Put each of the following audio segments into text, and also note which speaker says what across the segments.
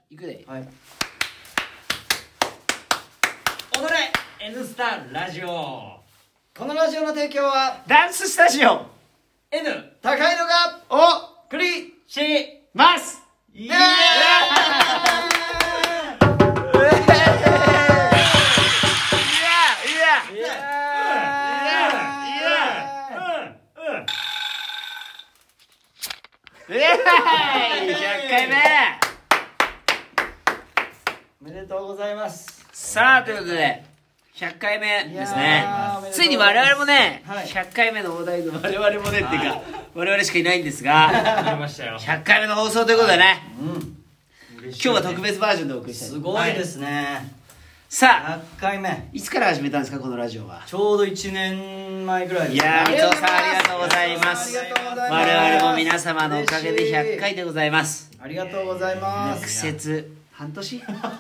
Speaker 1: いくで。
Speaker 2: はい。
Speaker 3: 踊れ N スタラジオ。
Speaker 2: このラジオの提供は
Speaker 1: ダンススタジオ
Speaker 3: N
Speaker 2: 高いのが
Speaker 1: を
Speaker 2: クリ
Speaker 3: し
Speaker 1: ます
Speaker 3: イエーイ。
Speaker 1: いや100回目。
Speaker 2: おめでとうございます。
Speaker 1: さあということで100回目です
Speaker 2: い
Speaker 1: ね
Speaker 2: やー。
Speaker 1: ついに我々もね、
Speaker 2: はい
Speaker 1: 100回目の大台の我々もねっていうか我々しかいないんですが
Speaker 3: ありましたよ。
Speaker 1: 100回目の放送ということでね、
Speaker 2: うん。
Speaker 1: 今日は特別バージョンでお送りしたい。
Speaker 2: すごいですね。
Speaker 1: さあ
Speaker 2: 100回目。
Speaker 1: いつから始めたんですかこのラジオは。
Speaker 2: ちょうど1年前ぐらいです
Speaker 1: いやー
Speaker 2: ね。
Speaker 1: 三尾さんありがとうございます。
Speaker 2: ありがとうございます。
Speaker 1: 我々も皆様のおかげで100回でございます。
Speaker 2: ありがとうございま
Speaker 1: 苦
Speaker 2: す。
Speaker 1: 節半年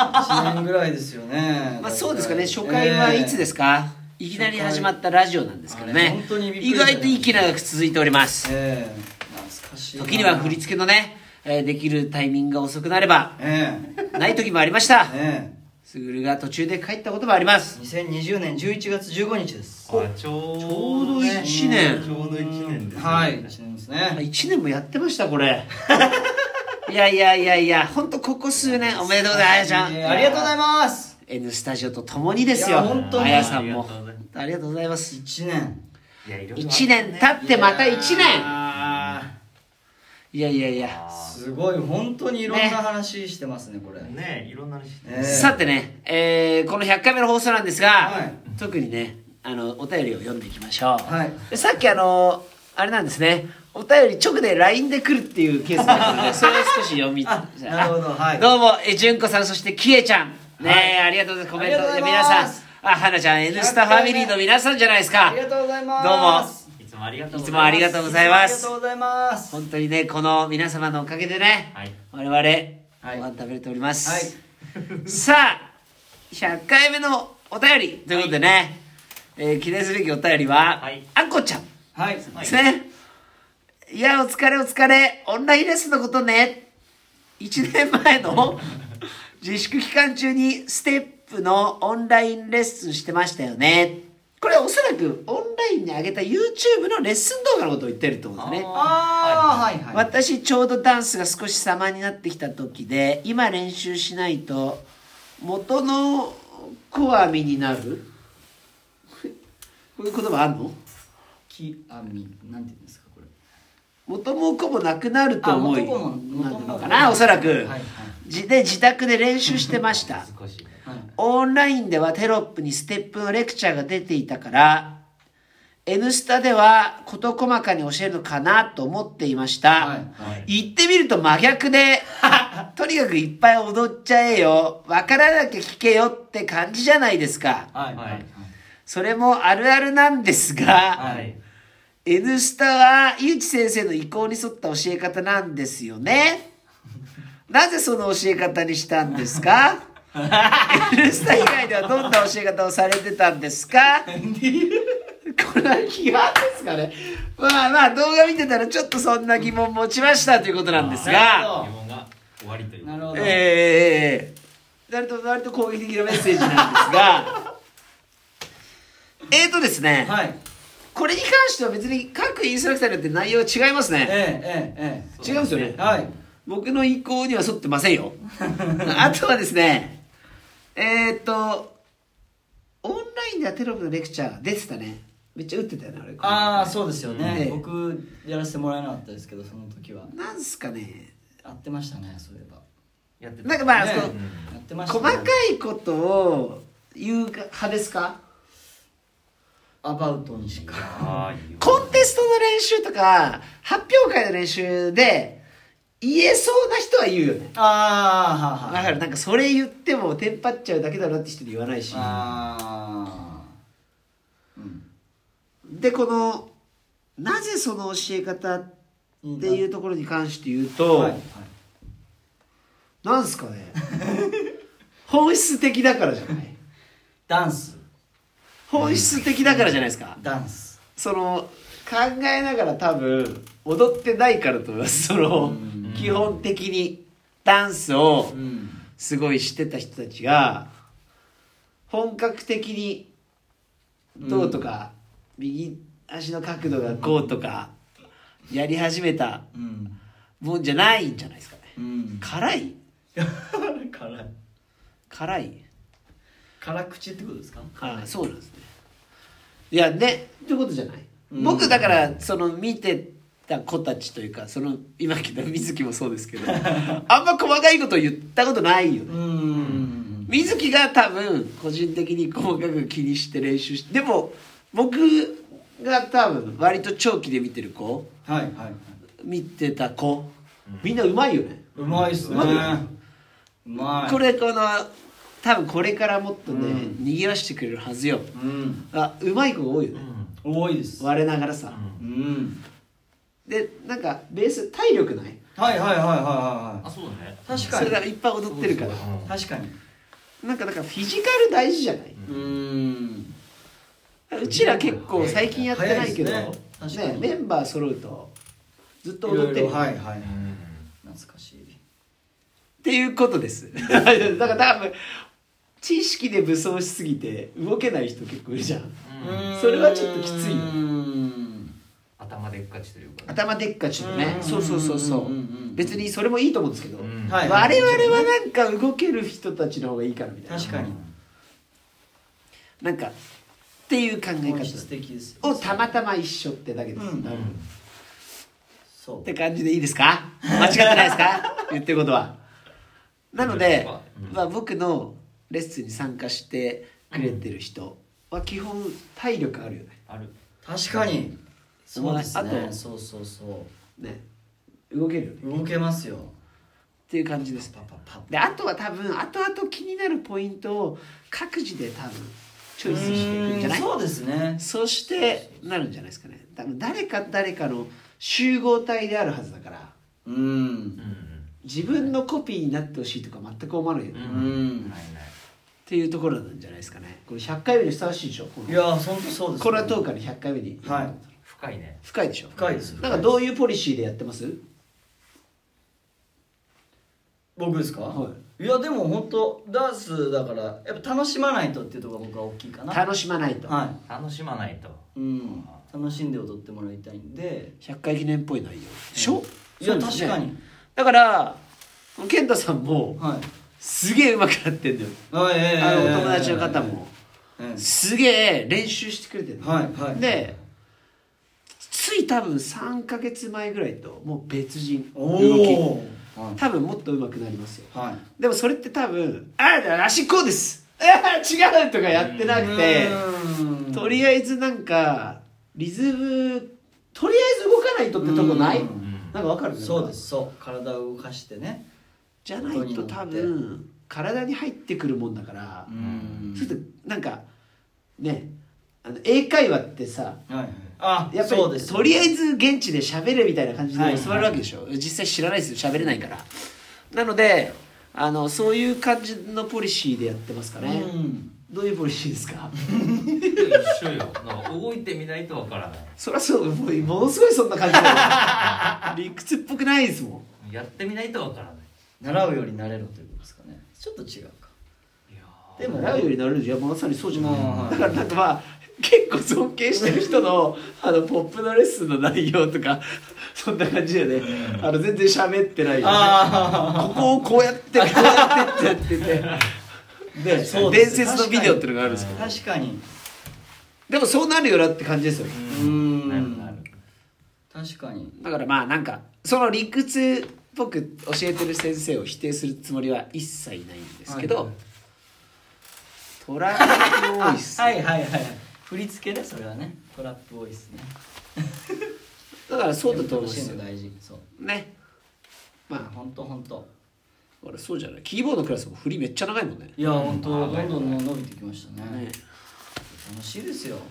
Speaker 2: 1年ぐらいですよね。
Speaker 1: まあそうですかね。初回はいつですか、いきなり始まったラジオなんですけどね、
Speaker 2: 本当にびっくり
Speaker 1: 意
Speaker 2: した
Speaker 1: 外と息長く続いております。
Speaker 2: 懐かしいな。
Speaker 1: 時には振り付けのね、できるタイミングが遅くなれば
Speaker 2: え
Speaker 1: ない時もありました
Speaker 2: え
Speaker 1: すぐるが途中で帰ったこともあります。
Speaker 2: 2020年11月15日です。
Speaker 3: ちょう
Speaker 1: ちょうど1年
Speaker 3: ちょうど1年ですね。
Speaker 2: はい、1年ですね。
Speaker 1: 1年もやってましたこれいや本当ここ数年おめでとうございます。あやちゃん、
Speaker 2: ありがとうございます。
Speaker 1: N スタジオと共にですよ。
Speaker 2: いや本当に
Speaker 1: あやさんも
Speaker 3: ありがとうございます
Speaker 1: ありがとうございます。
Speaker 2: 1年。
Speaker 3: いやいろいろあってね
Speaker 1: 1年経ってまた1年。
Speaker 2: あ
Speaker 1: いや、
Speaker 2: すごい、本当にいろんな話してますね、これ。
Speaker 3: ね、いろんな話して
Speaker 2: ええ
Speaker 1: さてね、この100回目の放送なんですが、
Speaker 2: はい
Speaker 1: 特にねお便りを読んでいきましょう。
Speaker 2: はい
Speaker 1: でさっきあれなんですね、お便り直で LINE で来るっていうケースがあったのでそれを少し読み
Speaker 2: あなるほどはい
Speaker 1: どうも純子さん、そしてきえちゃんね、
Speaker 2: はい
Speaker 1: ありがとうございます。コメント
Speaker 2: ありがとうございます
Speaker 1: 皆さん、はなちゃん N スタファミリーの皆さんじゃないですか。
Speaker 2: ありがとうございます。
Speaker 1: どうも
Speaker 3: いつもありがとうございます。
Speaker 1: いつもありがとうございます
Speaker 2: ありがとうございます。
Speaker 1: 本当にね、この皆様のおかげでね、
Speaker 3: はい
Speaker 1: 我々、
Speaker 2: はい
Speaker 1: ご飯食べれております、
Speaker 2: はい
Speaker 1: さあ100回目のお便りということでね、記念すべきお便りは、
Speaker 3: はい
Speaker 1: あんこちゃん
Speaker 2: はい。
Speaker 1: ですね、いやお疲れオンラインレッスンのことね、1年前の自粛期間中にステップのオンラインレッスンしてましたよね。これおそらくオンラインに上げた YouTube のレッスン動画のことを言ってるってことですね。
Speaker 2: はいはい。
Speaker 1: 私ちょうどダンスが少し様になってきた時で、今練習しないと元のコアミになるこういう言葉あんの？
Speaker 2: きあみなんて言うんですかこれ。
Speaker 1: 元も子もなくなると思い
Speaker 2: 元も
Speaker 1: なのかな、おそらく、
Speaker 2: はいはい
Speaker 1: 自宅で練習してました
Speaker 3: 少しね。
Speaker 2: はい。
Speaker 1: オンラインではテロップにステップのレクチャーが出ていたから、N スタでは事細かに教えるのかなと思っていました、
Speaker 2: はい
Speaker 1: 言ってみると真逆でとにかくいっぱい踊っちゃえよ、わからなきゃ聞けよって感じじゃないですか。
Speaker 2: はい
Speaker 3: はい
Speaker 1: それもあるあるなんですが、
Speaker 3: はい。
Speaker 1: N スタは井内先生の意向に沿った教え方なんですよね。なぜその教え方にしたんですかN スタ以外ではどんな教え方をされてたんですかこれは疑問ですかね。まあ動画見てたらちょっとそんな疑問持ちましたということなんですが、
Speaker 3: 疑問が終わりという。
Speaker 2: なるほど。
Speaker 1: 割と攻撃的なメッセージなんですがですね、
Speaker 2: はい。
Speaker 1: これに関しては別に各インストラクターによって内容は違いますね。違いますよね。
Speaker 2: はい。
Speaker 1: 僕の意向には沿ってませんよあとはですね、オンラインではテロップのレクチャー出てたね。めっちゃ打ってたよねあれ。
Speaker 2: ああそうですよね、
Speaker 1: ね
Speaker 2: 僕やらせてもらえなかったですけどその時は
Speaker 1: なんすかね、
Speaker 2: やってましたねそういえば
Speaker 3: やってた。
Speaker 1: なんかまあ、
Speaker 2: ね
Speaker 1: その
Speaker 2: やってました
Speaker 1: 細
Speaker 2: ね
Speaker 1: かいことを言う派ですか？
Speaker 2: アバウトにしか
Speaker 3: あーいいよ
Speaker 1: コンテストの練習とか発表会の練習で言えそうな人は言うよね。
Speaker 2: ああ
Speaker 1: だからなんかそれ言ってもテンパっちゃうだけだろって人に言わないし、
Speaker 2: あ
Speaker 1: でこのなぜその教え方っていうところに関して言うと、
Speaker 2: はいはい
Speaker 1: なんすかね本質的だからじゃない？
Speaker 2: ダンス
Speaker 1: 本質的だからじゃないですか。
Speaker 2: ダンス
Speaker 1: その考えながら多分踊ってないからと思います。その基本的にダンスを
Speaker 2: うん
Speaker 1: すごいしてた人たちが本格的にどうとか、右足の角度がこうとかやり始めた
Speaker 2: うん
Speaker 1: もんじゃないんじゃないですかね。
Speaker 2: うん
Speaker 1: 辛い
Speaker 2: 辛い
Speaker 1: 辛い
Speaker 2: 辛口ってことですか？
Speaker 1: ああそうなんですね。いやねってことじゃない、
Speaker 2: うん
Speaker 1: 僕だからその見てた子たちというかその今聞いた水木もそうですけどあんま細かいこと言ったことないよね。水木が多分個人的に細かく気にして練習してでも僕が多分割と長期で見てる子
Speaker 2: はいはい
Speaker 1: 見てた子みんなうまいよね。
Speaker 2: うまいっすね
Speaker 1: うまいよね
Speaker 2: うまい
Speaker 1: これ多分これからもっとね、
Speaker 2: うん
Speaker 1: 賑わしてくれるはずよ。
Speaker 2: うん
Speaker 1: うまい子が多いよね、
Speaker 2: 多いです
Speaker 1: 我ながらさ、
Speaker 2: うん
Speaker 1: でなんかベース体力ない
Speaker 2: はいはいはいはいは
Speaker 3: あそうだね
Speaker 2: 確かに
Speaker 1: それがいっぱい踊ってるから
Speaker 3: そうそう
Speaker 2: い確かに
Speaker 1: なんかだからフィジカル大事じゃない、うちら結構最近やってないけど、
Speaker 2: 早いですね確かに
Speaker 1: メンバー揃うとずっと踊ってる
Speaker 2: いろいろはいはいはい
Speaker 3: うん
Speaker 2: 懐かしい
Speaker 1: っていうことですだから多分知識で武装しすぎて動けない人結構いるじゃん。それはちょっときついよ
Speaker 3: 頭でっかちというか
Speaker 1: 頭でっかちのねそうそうそうそう別にそれもいいと思うんですけど、
Speaker 2: はい
Speaker 1: 我々はなんか動ける人たちの方がいいからみたいな
Speaker 2: 確かに
Speaker 1: なんかっていう考え
Speaker 2: 本質
Speaker 1: 方
Speaker 2: 的です
Speaker 1: をたまたま一緒ってだけです、
Speaker 2: うん
Speaker 1: 多分
Speaker 2: そう
Speaker 1: って感じでいいですか間違ってないですか言ってることは。なので、まあ、僕のレッスンに参加してくれてる人は基本体力あるよね。
Speaker 3: ある
Speaker 2: 確かにそうです
Speaker 1: あ
Speaker 2: ね
Speaker 1: と
Speaker 2: そうそうそ
Speaker 1: ね動けるよね
Speaker 2: う動けますよ
Speaker 1: っていう感じですね。
Speaker 2: パパパ
Speaker 1: であとは多分後々気になるポイントを各自で多分チョイスしていくんじゃない。
Speaker 2: そうですね
Speaker 1: そしてなるんじゃないですかね。多分誰かの集合体であるはずだから
Speaker 2: うん
Speaker 1: 自分のコピーになってほしいとか全く思わないよね、
Speaker 2: ん
Speaker 3: ないない
Speaker 1: っていうところなんじゃないですかね。これ100回目にふさわしいでしょ。
Speaker 2: いや本当そうです
Speaker 1: コラトーカの100回目に、
Speaker 2: はい
Speaker 3: 深いね
Speaker 1: 深いでしょ。
Speaker 2: 深いです
Speaker 1: なんかどういうポリシーでやってます？
Speaker 2: 僕ですか、
Speaker 1: はい、
Speaker 2: いやでも本当ダンスだからやっぱ楽しまないとっていうところが僕は大きいかな
Speaker 1: 楽しまないと、
Speaker 2: は
Speaker 3: 楽しまないと
Speaker 2: い、うん、楽しんで踊ってもらいたいんで
Speaker 1: 100回記念っぽい内容でしょ、
Speaker 2: いや
Speaker 1: そうですね
Speaker 2: 確かに
Speaker 1: だから健太さんも
Speaker 2: はい
Speaker 1: すげえ上手くなってんだよ、
Speaker 2: はい
Speaker 1: お友達の方もすげえ練習してくれてるの、
Speaker 2: はいはい
Speaker 1: でつい多分3ヶ月前ぐらいともう別人
Speaker 2: お
Speaker 1: 動き
Speaker 2: お
Speaker 1: 多分もっと上手くなりますよ。
Speaker 2: はい
Speaker 1: でもそれって多分「ああ足こうです」「違う」とかやってなくてとりあえずなんかリズムとりあえず動かないとってとこないなんかわかる？
Speaker 2: そうですそう体を動かしてね
Speaker 1: じゃないと多分体に入ってくるもんだからそうするとなんかね英会話ってさ
Speaker 2: はいあ
Speaker 1: やっぱ
Speaker 2: そうです
Speaker 1: りとりあえず現地で喋るみたいな感じ
Speaker 2: はい
Speaker 1: で教わるわけでしょ、実際知らないですよ喋れないからなのでそういう感じのポリシーでやってますかね、どういうポリシーですか
Speaker 3: 一緒よなんか動いてみないとわからない
Speaker 1: そりゃそうものすごいそんな感じだよ理屈っぽくないですもん。
Speaker 3: やってみないとわからない
Speaker 2: 習うより慣れろということですかねちょっと違うか
Speaker 3: いや
Speaker 2: でも
Speaker 1: 習うよりなるじゃまさにそうじゃない、
Speaker 2: まあ
Speaker 1: だからなんかまあ結構尊敬してる人のポップのレッスンの内容とかそんな感じだよね、全然喋ってないよ、ね、ここをこうやってこうやってってやっててで
Speaker 2: そうです
Speaker 1: 伝説のビデオっていうのがあるんですけど
Speaker 2: 確かに
Speaker 1: でもそうなるよなって感じですよ、
Speaker 3: なるなる
Speaker 2: 確かに
Speaker 1: だからまあなんかその理屈っぽく教えてる先生を否定するつもりは一切ないんですけど、
Speaker 2: はい
Speaker 1: トラップ多いっす、
Speaker 2: はいはいはい振り付けねそれはねトラップ多いっすね
Speaker 1: だからそうだと思うん
Speaker 2: 楽
Speaker 1: ですよ
Speaker 2: しいの大事そう
Speaker 1: ね。まあ
Speaker 2: 本当本当
Speaker 1: 俺そうじゃないキーボードのクラスも振りめっちゃ長いもんね。
Speaker 2: いや本当どんどん伸びてきましたね
Speaker 1: ね
Speaker 2: 楽しいですよ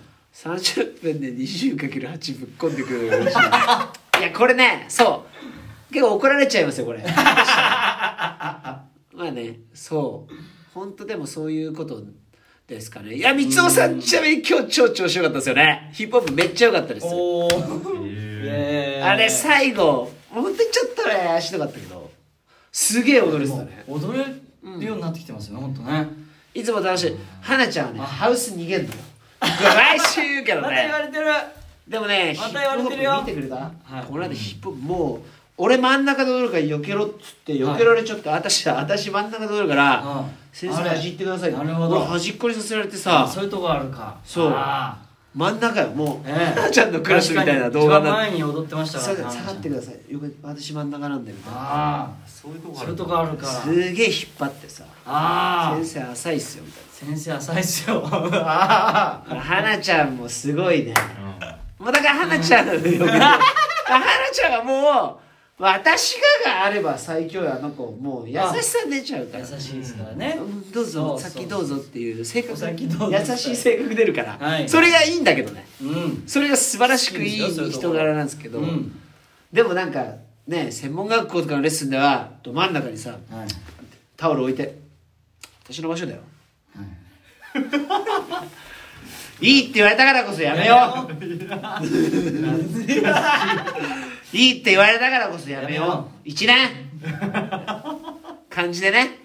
Speaker 1: 30分で 20×8 ぶっこんでくるいやこれねそう結構怒られちゃいますよこれまあねそう本当でもそういうことですかね。いや三尾さんちなみに今日超調子よかったですよね。ヒップホップめっちゃ良かったですよ。
Speaker 2: おお
Speaker 3: へ
Speaker 1: あれ最後本当にちょっとねしんどかったけどすげえ踊れてたね。
Speaker 2: 踊れるようになってきてますよね、ほんとね。
Speaker 1: いつも楽しい。花ちゃんはね、ハウス逃げんのよ。来週言うけど
Speaker 2: また言わ
Speaker 1: ね。
Speaker 2: れてる。
Speaker 1: でもね、
Speaker 2: また言われてるよ
Speaker 1: ヒップホップ見てくれた、
Speaker 2: はい
Speaker 1: この間ヒップホップもう、俺真ん中で踊るから避けろっつって避けられちゃって、私真ん中で踊るから、先生端行ってくださいって。
Speaker 2: なるほど
Speaker 1: 俺端っこにさせられてさ、
Speaker 2: そういうとこあるか。
Speaker 1: そう
Speaker 2: あ
Speaker 1: 真ん中よ、もう、
Speaker 2: ええ
Speaker 1: 花ちゃんのクラスみたいな動画
Speaker 2: 一番
Speaker 1: になって。
Speaker 2: 前に踊ってましたからね。
Speaker 1: 下がってください。よく私真ん中なんだよみたいな。
Speaker 2: あ
Speaker 3: そういうと
Speaker 2: あ、
Speaker 3: こある
Speaker 2: そういうとこあるから。
Speaker 1: すげえ引っ張ってさ、
Speaker 2: ああ、
Speaker 1: 先生浅いっすよみたい
Speaker 2: 先生浅いっすよ。ああ、
Speaker 1: な。花ちゃんもすごいね。もうだから花ちゃんのよく花ちゃんがもう私があれば最強や、あの子もう優しさ出ちゃうから。
Speaker 2: 優しいですからね。
Speaker 1: うんどうぞ
Speaker 2: そう
Speaker 1: 先どうぞっていう性格、
Speaker 2: お先どうぞ
Speaker 1: 優しい性格出るから、
Speaker 2: はい
Speaker 1: それがいいんだけどね。
Speaker 2: うん。
Speaker 1: それが素晴らしくいい
Speaker 2: 好きですよそういうとこ
Speaker 1: 人柄なんですけど、
Speaker 2: うん
Speaker 1: でもなんかね、専門学校とかのレッスンではど真ん中にさ
Speaker 2: はい。
Speaker 1: タオル置いて、私の場所だよ、いいって言われたからこそやめよういいって言われたからこそやめよ
Speaker 2: やめよ
Speaker 1: う一年感じでね。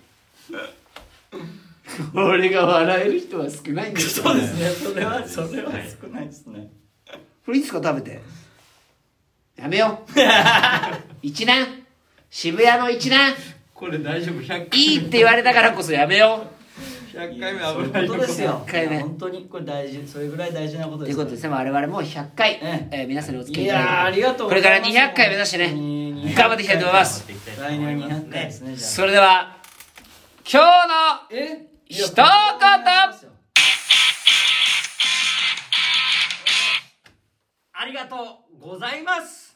Speaker 1: 俺が笑える人は少ないんですよ。
Speaker 2: そうですね。それは少ないですね。
Speaker 1: これいつか食べてやめよう一年、渋谷の一年、
Speaker 3: これ大丈夫？100回
Speaker 1: いいって言われたからこそやめよ
Speaker 3: 100回目
Speaker 2: そういう
Speaker 3: 危ない
Speaker 2: ことですよ。
Speaker 1: 100回目
Speaker 2: 本当にこれ大事、それぐらい大事なことです。
Speaker 1: うということですね。我々も100回、
Speaker 2: え
Speaker 1: 皆さんにお付き合
Speaker 2: い
Speaker 1: いいただいて、
Speaker 2: やー、ありがとう
Speaker 1: これから
Speaker 2: ございます。
Speaker 1: 200回目指してね
Speaker 2: ね
Speaker 1: 頑張っていきたいと思います。
Speaker 2: 来年は200回ですね。じゃあ。
Speaker 1: それでは今日の
Speaker 2: え？
Speaker 1: 一言
Speaker 3: ありがとうございます。